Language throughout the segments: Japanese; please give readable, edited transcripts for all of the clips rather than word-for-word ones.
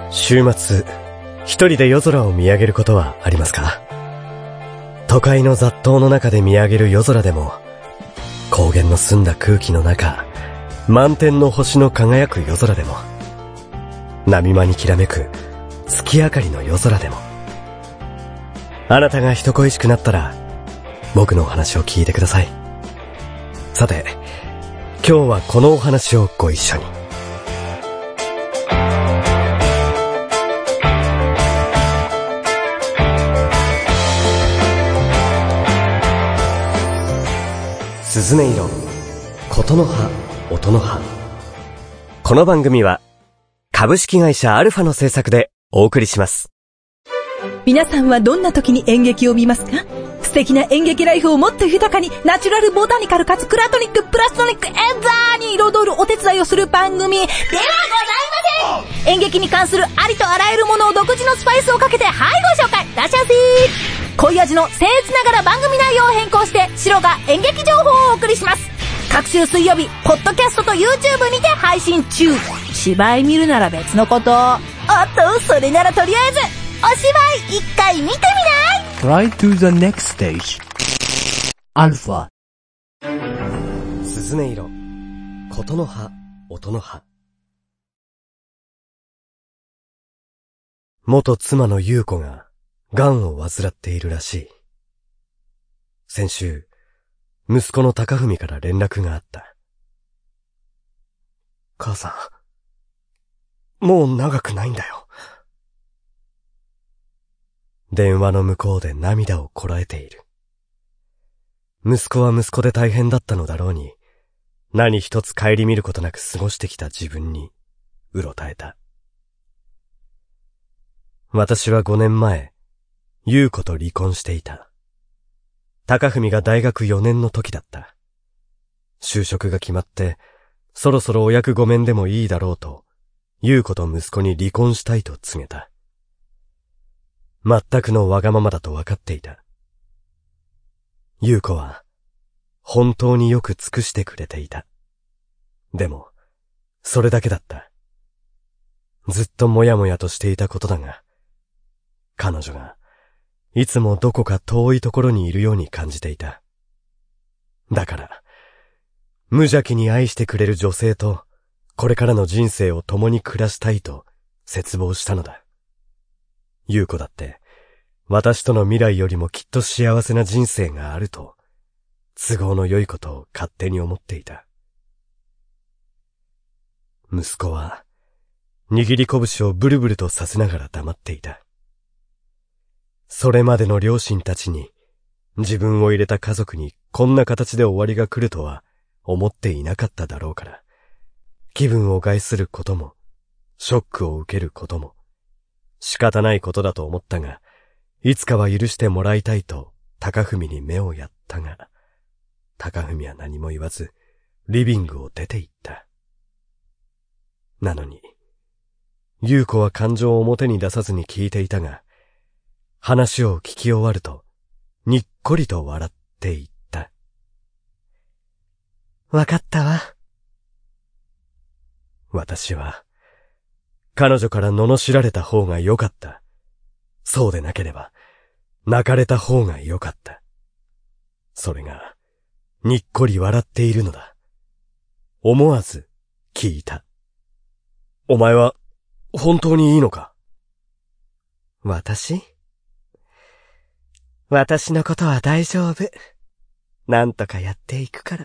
週末、一人で夜空を見上げることはありますか？都会の雑踏の中で見上げる夜空でも、高原の澄んだ空気の中、満天の星の輝く夜空でも、波間にきらめく月明かりの夜空でも、あなたが人恋しくなったら、僕のお話を聞いてください。さて、今日はこのお話をご一緒に。鈴音色、琴の葉、音の葉。この番組は株式会社アルファの制作でお送りします。 皆さんはどんな時に演劇を見ますか？素敵な演劇ライフをもっと豊かに、ナチュラルボタニカルかつクラトニックプラストニックエンザーに彩るお手伝いをする番組ではございません。演劇に関するありとあらゆるものを独自のスパイスをかけてご紹介。らっしゃいませ。濃い味の僭越ながら番組内容を変更して白が演劇情報をお送りします。各週水曜日ポッドキャストと YouTube にて配信中。芝居見るなら別のこと。おっと、それならとりあえずお芝居一回見てみない？ Try to the next stage. アルファ。 鈴音色、琴の葉、音の葉。元妻の優子が癌を患っているらしい。先週、息子の高文から連絡があった。母さん、もう長くないんだよ。電話の向こうで涙をこらえている。息子は息子で大変だったのだろうに、何一つ顧みることなく過ごしてきた自分に、うろたえた。私は5年前、優子と離婚していた。高文が大学4年の時だった。就職が決まって、そろそろお役御免でもいいだろうと、優子と息子に離婚したいと告げた。全くのわがままだと分かっていた。優子は、本当によく尽くしてくれていた。でも、それだけだった。ずっともやもやとしていたことだが、彼女が、いつもどこか遠いところにいるように感じていた。だから、無邪気に愛してくれる女性と、これからの人生を共に暮らしたいと、切望したのだ。優子だって、私との未来よりもきっと幸せな人生があると、都合の良いことを勝手に思っていた。息子は、握り拳をブルブルとさせながら黙っていた。それまでの両親たちに、自分を入れた家族にこんな形で終わりが来るとは思っていなかっただろうから、気分を害することも、ショックを受けることも、仕方ないことだと思ったが、いつかは許してもらいたいと高文に目をやったが、高文は何も言わず、リビングを出て行った。なのに、優子は感情を表に出さずに聞いていたが、話を聞き終わると、にっこりと笑って言った。わかったわ。私は、彼女から罵られた方が良かった。そうでなければ、泣かれた方が良かった。それが、にっこり笑っているのだ。思わず、聞いた。お前は、本当にいいのか？私のことは大丈夫。なんとかやっていくから。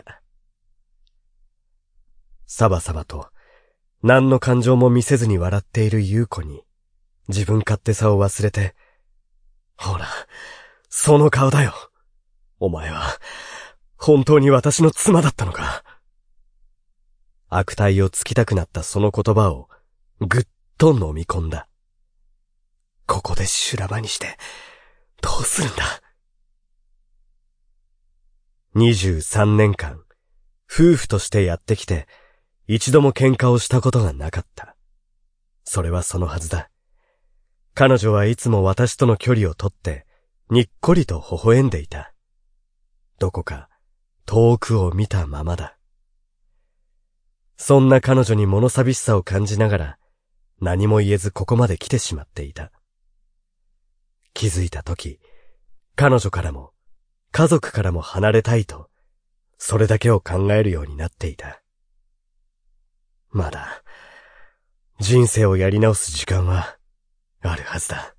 サバサバと、何の感情も見せずに笑っている優子に、自分勝手さを忘れて、ほら、その顔だよ。お前は、本当に私の妻だったのか。悪態をつきたくなったその言葉を、ぐっと飲み込んだ。ここで修羅場にして、どうするんだ。23年間、夫婦としてやってきて、一度も喧嘩をしたことがなかった。それはそのはずだ。彼女はいつも私との距離をとって、にっこりと微笑んでいた。どこか遠くを見たままだ。そんな彼女に物寂しさを感じながら、 何も言えずここまで来てしまっていた。気づいたとき、彼女からも、家族からも離れたいと、それだけを考えるようになっていた。まだ、人生をやり直す時間は、あるはずだ。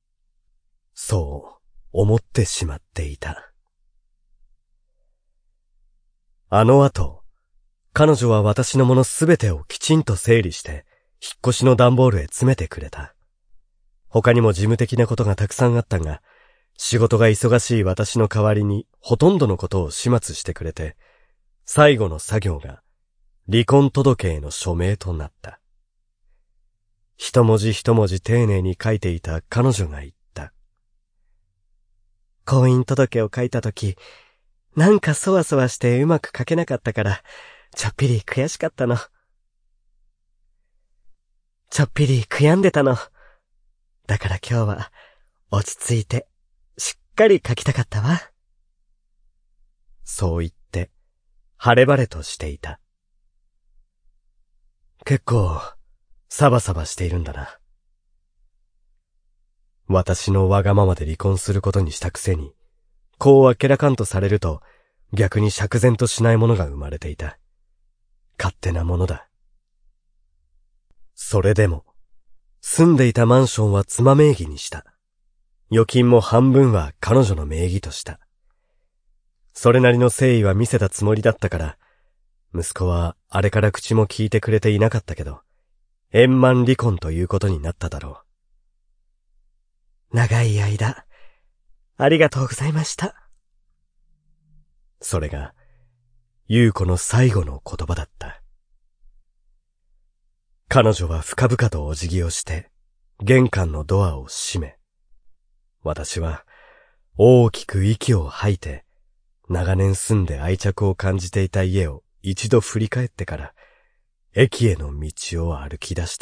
そう思ってしまっていた。あの後、彼女は私のものすべてをきちんと整理して、引っ越しの段ボールへ詰めてくれた。他にも事務的なことがたくさんあったが、仕事が忙しい私の代わりにほとんどのことを始末してくれて、最後の作業が離婚届への署名となった。一文字一文字丁寧に書いていた彼女が言った。婚姻届を書いたとき、なんかそわそわしてうまく書けなかったから、ちょっぴり悔しかったの。ちょっぴり悔やんでたの。だから今日は落ち着いてしっかり書きたかったわ。そう言って晴れ晴れとしていた。結構サバサバしているんだな。私のわがままで離婚することにしたくせに、こうあけらかんとされると逆に釈然としないものが生まれていた。勝手なものだ。それでも、住んでいたマンションは妻名義にした。預金も半分は彼女の名義とした。それなりの誠意は見せたつもりだったから、息子はあれから口も聞いてくれていなかったけど、円満離婚ということになっただろう。長い間、ありがとうございました。それが、優子の最後の言葉だった。彼女は深々とお辞儀をして、玄関のドアを閉め、私は大きく息を吐いて、長年住んで愛着を感じていた家を一度振り返ってから、駅への道を歩き出した。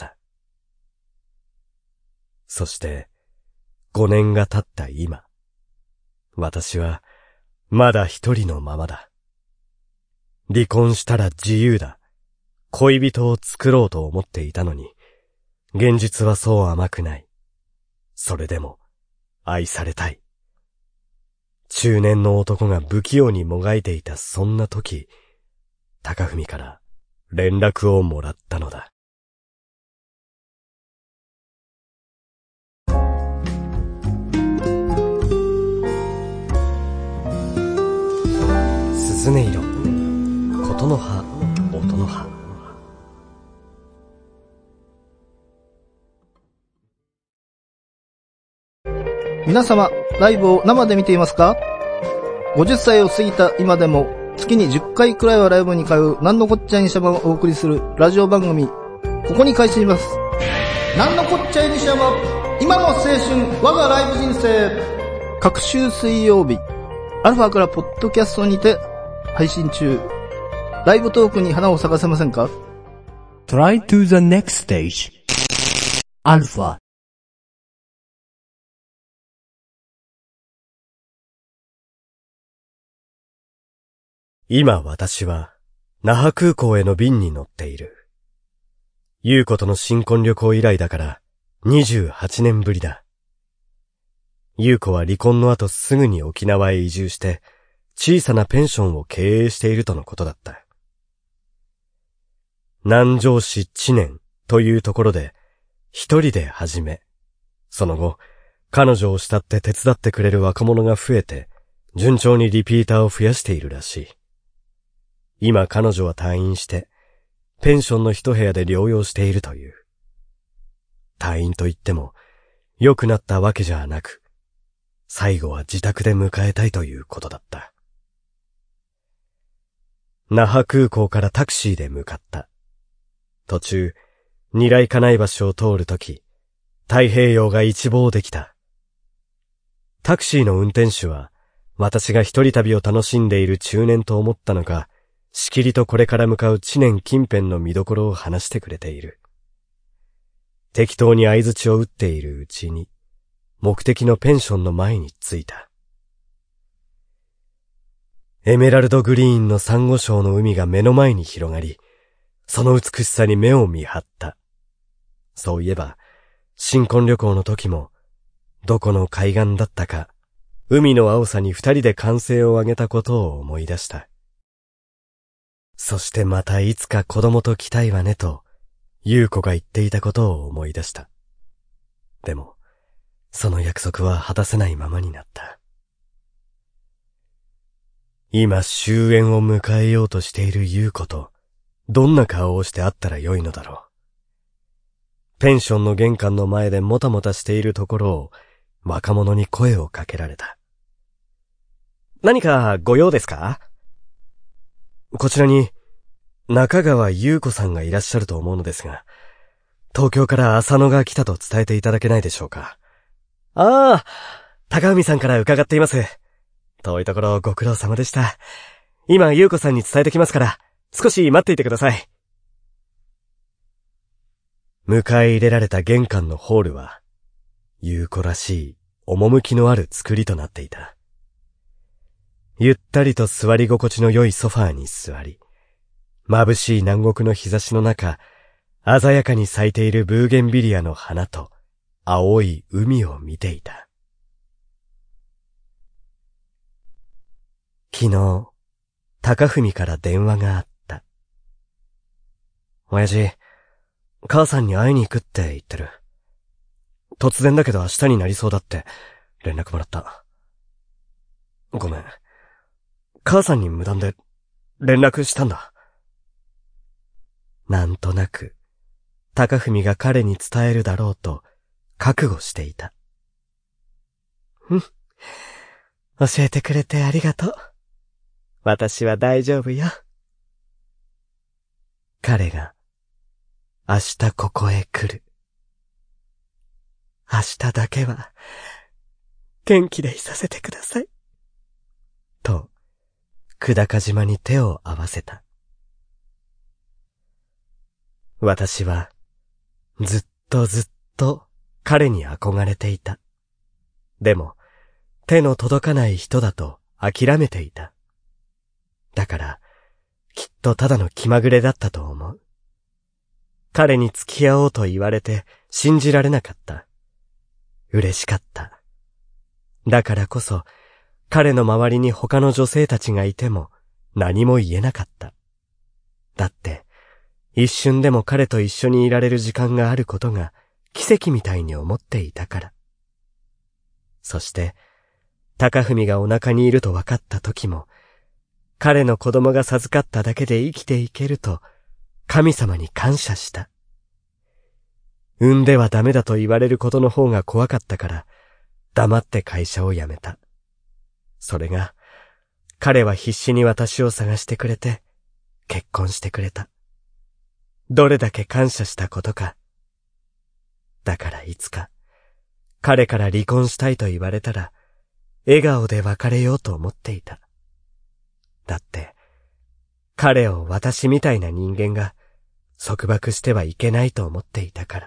そして、5年が経った今、私はまだ一人のままだ。離婚したら自由だ。恋人を作ろうと思っていたのに、現実はそう甘くない。それでも、愛されたい。中年の男が不器用にもがいていたそんな時、高文から連絡をもらったのだ。鈴音色、琴の葉、音の葉。 皆様、ライブを生で見ていますか？ 50 歳を過ぎた今でも月に10回くらいはライブに通うなんのこっちゃいにしゃばをお送りするラジオ番組、ここに開始します。なんのこっちゃいにしゃば、今の青春、我がライブ人生。各週水曜日、アルファからポッドキャストにて配信中。ライブトークに花を咲かせませんか？ Try to the next stage. Alpha. 今私は那覇空港への便に乗っている。優子との新婚旅行以来だから28年ぶりだ。優子は離婚の後すぐに沖縄へ移住して小さなペンションを経営しているとのことだった。南城市知念というところで一人で始め、その後彼女を慕って手伝ってくれる若者が増えて順調にリピーターを増やしているらしい。今彼女は退院して、ペンションの一部屋で療養しているという。退院といっても、良くなったわけじゃなく、最後は自宅で迎えたいということだった。那覇空港からタクシーで向かった。途中、二来金井橋を通るとき、太平洋が一望できた。タクシーの運転手は、私が一人旅を楽しんでいる中年と思ったのか、しきりとこれから向かう知念近辺の見どころを話してくれている。適当に相槌を打っているうちに、目的のペンションの前に着いた。エメラルドグリーンのサンゴ礁の海が目の前に広がり、その美しさに目を見張った。 そういえば、新婚旅行の時も、どこの海岸だったか、海の青さに二人で歓声を上げたことを思い出した。そしてまたいつか子供と来たいわねと、優子が言っていたことを思い出した。でも、その約束は果たせないままになった。今終焉を迎えようとしている優子と、どんな顔をして会ったらよいのだろう。ペンションの玄関の前でもたもたしているところを、若者に声をかけられた。何かご用ですか？こちらに、中川優子さんがいらっしゃると思うのですが、東京から浅野が来たと伝えていただけないでしょうか。ああ、高海さんから伺っています。遠いところご苦労様でした。今優子さんに伝えてきますから、少し待っていてください。迎え入れられた玄関のホールは、優子らしい趣のある作りとなっていた。ゆったりと座り心地の良いソファーに座り、眩しい南国の日差しの中、鮮やかに咲いているブーゲンビリアの花と青い海を見ていた。昨日、高文から電話があった。親父、母さんに会いに行くって言ってる。突然だけど明日になりそうだって連絡もらった。ごめん。母さんに無断で連絡したんだ。なんとなく、高文が彼に伝えるだろうと覚悟していた。教えてくれてありがとう。私は大丈夫よ。彼が明日ここへ来る。明日だけは元気でいさせてください。と、久高島に手を合わせた。私はずっと彼に憧れていた。でも手の届かない人だと諦めていた。だからきっとただの気まぐれだったと思う。彼に付き合おうと言われて信じられなかった。嬉しかった。だからこそ彼の周りに他の女性たちがいても何も言えなかった。だって一瞬でも彼と一緒にいられる時間があることが奇跡みたいに思っていたから。そして、高文がお腹にいると分かった時も、彼の子供が授かっただけで生きていけると神様に感謝した。産んではダメだと言われることの方が怖かったから、黙って会社を辞めた。それが、彼は必死に私を探してくれて、結婚してくれた。どれだけ感謝したことか。だからいつか、彼から離婚したいと言われたら、笑顔で別れようと思っていた。だって、彼を私みたいな人間が束縛してはいけないと思っていたから。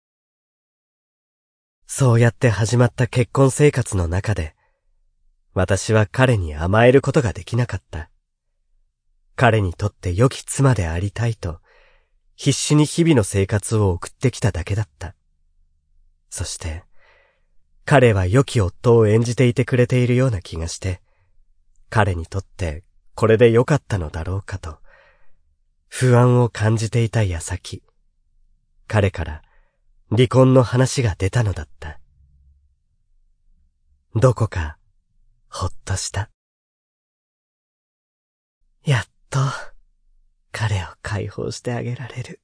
そうやって始まった結婚生活の中で、私は彼に甘えることができなかった。彼にとって良き妻でありたいと、必死に日々の生活を送ってきただけだった。そして、彼は良き夫を演じていてくれているような気がして、彼にとってこれで良かったのだろうかと、不安を感じていた矢先、彼から離婚の話が出たのだった。どこか、ほっとした。やっと、彼を解放してあげられる。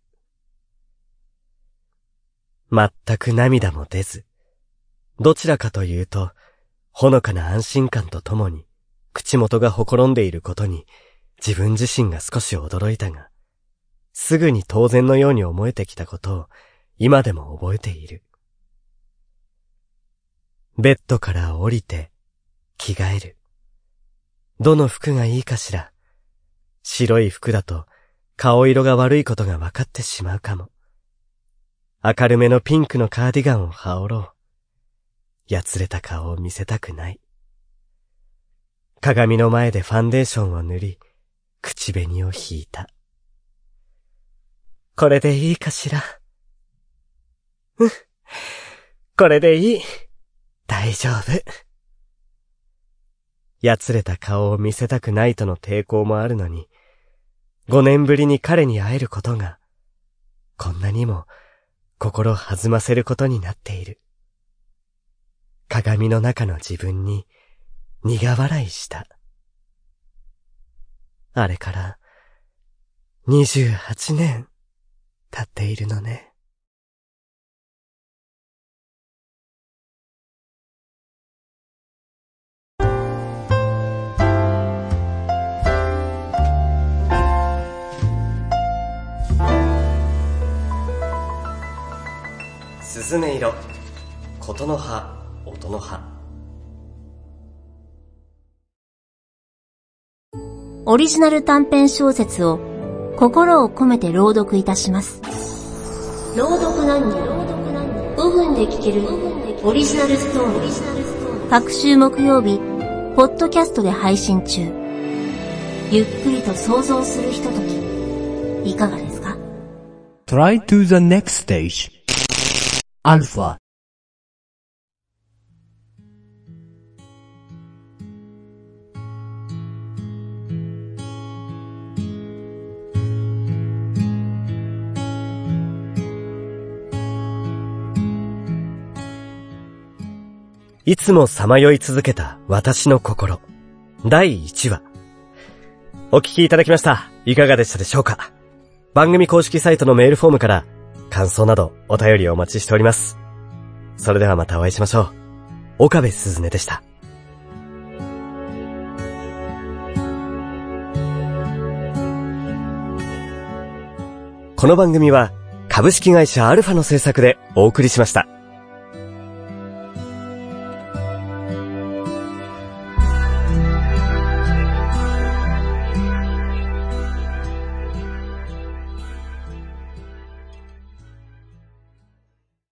全く涙も出ず、どちらかというと、ほのかな安心感とともに、口元がほころんでいることに、自分自身が少し驚いたが、すぐに当然のように思えてきたことを、今でも覚えている。ベッドから降りて、着替える。どの服がいいかしら。白い服だと、顔色が悪いことが分かってしまうかも。明るめのピンクのカーディガンを羽織ろう。やつれた顔を見せたくない。鏡の前でファンデーションを塗り、口紅を引いた。これでいいかしら。 これでいい。大丈夫。やつれた顔を見せたくないとの抵抗もあるのに、5年ぶりに彼に会えることが、こんなにも心弾ませることになっている。鏡の中の自分に苦笑いした。あれから28年経っているのね。鈴音色、琴の葉、音の葉。 オリジナル短編小説を心を込めて朗読いたします。朗読何人5分で聞けるオリジナルストーリー。各週木曜日、ポッドキャストで配信中。ゆっくりと想像するひととき、いかがですか？ Try to the next stage. Alpha. いつもさまよい続けた私の心。第1話。お聞きいただきました。いかがでしたでしょうか？番組公式サイトのメールフォームから感想などお便りをお待ちしております。それではまたお会いしましょう。岡部鈴音でした。この番組は株式会社アルファの制作でお送りしました。